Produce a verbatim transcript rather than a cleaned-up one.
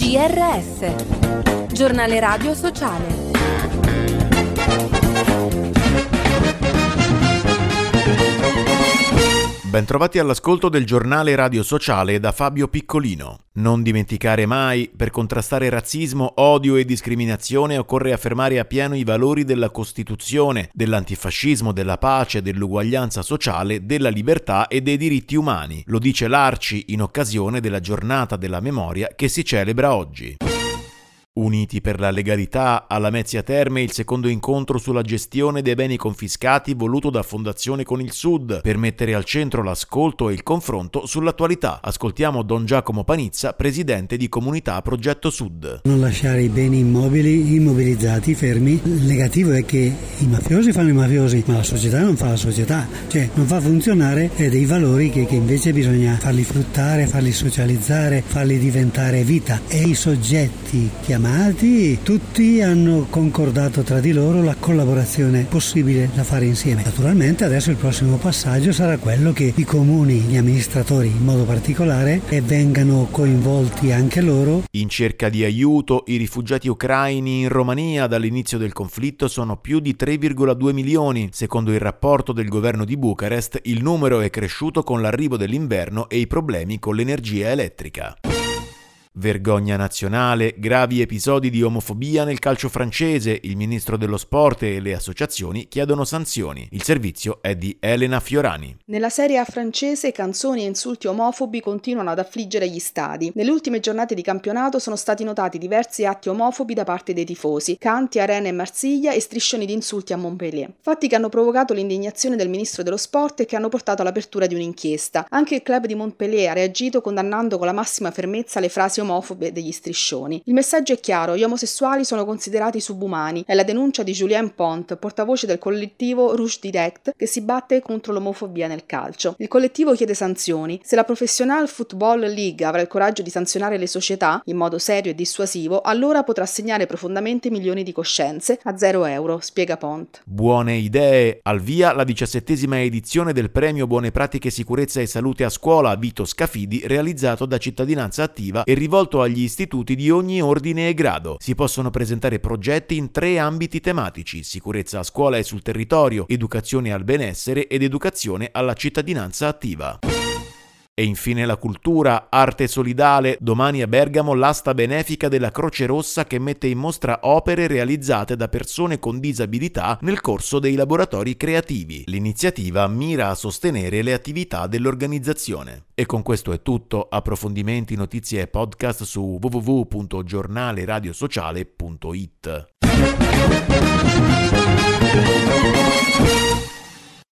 G R S, Giornale Radio Sociale. Bentrovati all'ascolto del Giornale Radio Sociale da Fabio Piccolino. Non dimenticare mai, per contrastare razzismo, odio e discriminazione occorre affermare appieno i valori della Costituzione, dell'antifascismo, della pace, dell'uguaglianza sociale, della libertà e dei diritti umani. Lo dice l'Arci in occasione della Giornata della Memoria che si celebra oggi. Uniti per la legalità, alla Lamezia Terme il secondo incontro sulla gestione dei beni confiscati voluto da Fondazione con il Sud per mettere al centro l'ascolto e il confronto sull'attualità. Ascoltiamo Don Giacomo Panizza, presidente di Comunità Progetto Sud. Non lasciare i beni immobili immobilizzati, fermi. Il negativo è che i mafiosi fanno i mafiosi, ma la società non fa la società, cioè non fa funzionare dei valori che, che invece bisogna farli fruttare, farli socializzare, farli diventare vita. E i soggetti chiamati tutti hanno concordato tra di loro la collaborazione possibile da fare insieme. Naturalmente adesso il prossimo passaggio sarà quello che i comuni, gli amministratori in modo particolare, vengano coinvolti anche loro. In cerca di aiuto, i rifugiati ucraini in Romania dall'inizio del conflitto sono più di tre virgola due milioni. Secondo il rapporto del governo di Bucarest, il numero è cresciuto con l'arrivo dell'inverno e i problemi con l'energia elettrica. Vergogna nazionale, gravi episodi di omofobia nel calcio francese, il ministro dello sport e le associazioni chiedono sanzioni. Il servizio è di Elena Fiorani. Nella Serie A francese canzoni e insulti omofobi continuano ad affliggere gli stadi. Nelle ultime giornate di campionato sono stati notati diversi atti omofobi da parte dei tifosi, canti a Rennes e Marsiglia e striscioni di insulti a Montpellier. Fatti che hanno provocato l'indignazione del ministro dello sport e che hanno portato all'apertura di un'inchiesta. Anche il club di Montpellier ha reagito condannando con la massima fermezza le frasi omofobe degli striscioni. Il messaggio è chiaro: gli omosessuali sono considerati subumani. È la denuncia di Julien Pont, portavoce del collettivo Rouge Direct, che si batte contro l'omofobia nel calcio. Il collettivo chiede sanzioni. Se la Professional Football League avrà il coraggio di sanzionare le società in modo serio e dissuasivo, allora potrà segnare profondamente milioni di coscienze a zero euro, spiega Pont. Buone idee. Al via la diciassettesima edizione del premio Buone Pratiche Sicurezza e Salute a Scuola Vito Scafidi, realizzato da Cittadinanza Attiva e rivolto agli istituti di ogni ordine e grado. Si possono presentare progetti in tre ambiti tematici: sicurezza a scuola e sul territorio, educazione al benessere ed educazione alla cittadinanza attiva. E infine la cultura, arte solidale. Domani a Bergamo l'asta benefica della Croce Rossa che mette in mostra opere realizzate da persone con disabilità nel corso dei laboratori creativi. L'iniziativa mira a sostenere le attività dell'organizzazione. E con questo è tutto. Approfondimenti, notizie e podcast su w w w punto giornale radio sociale punto i t.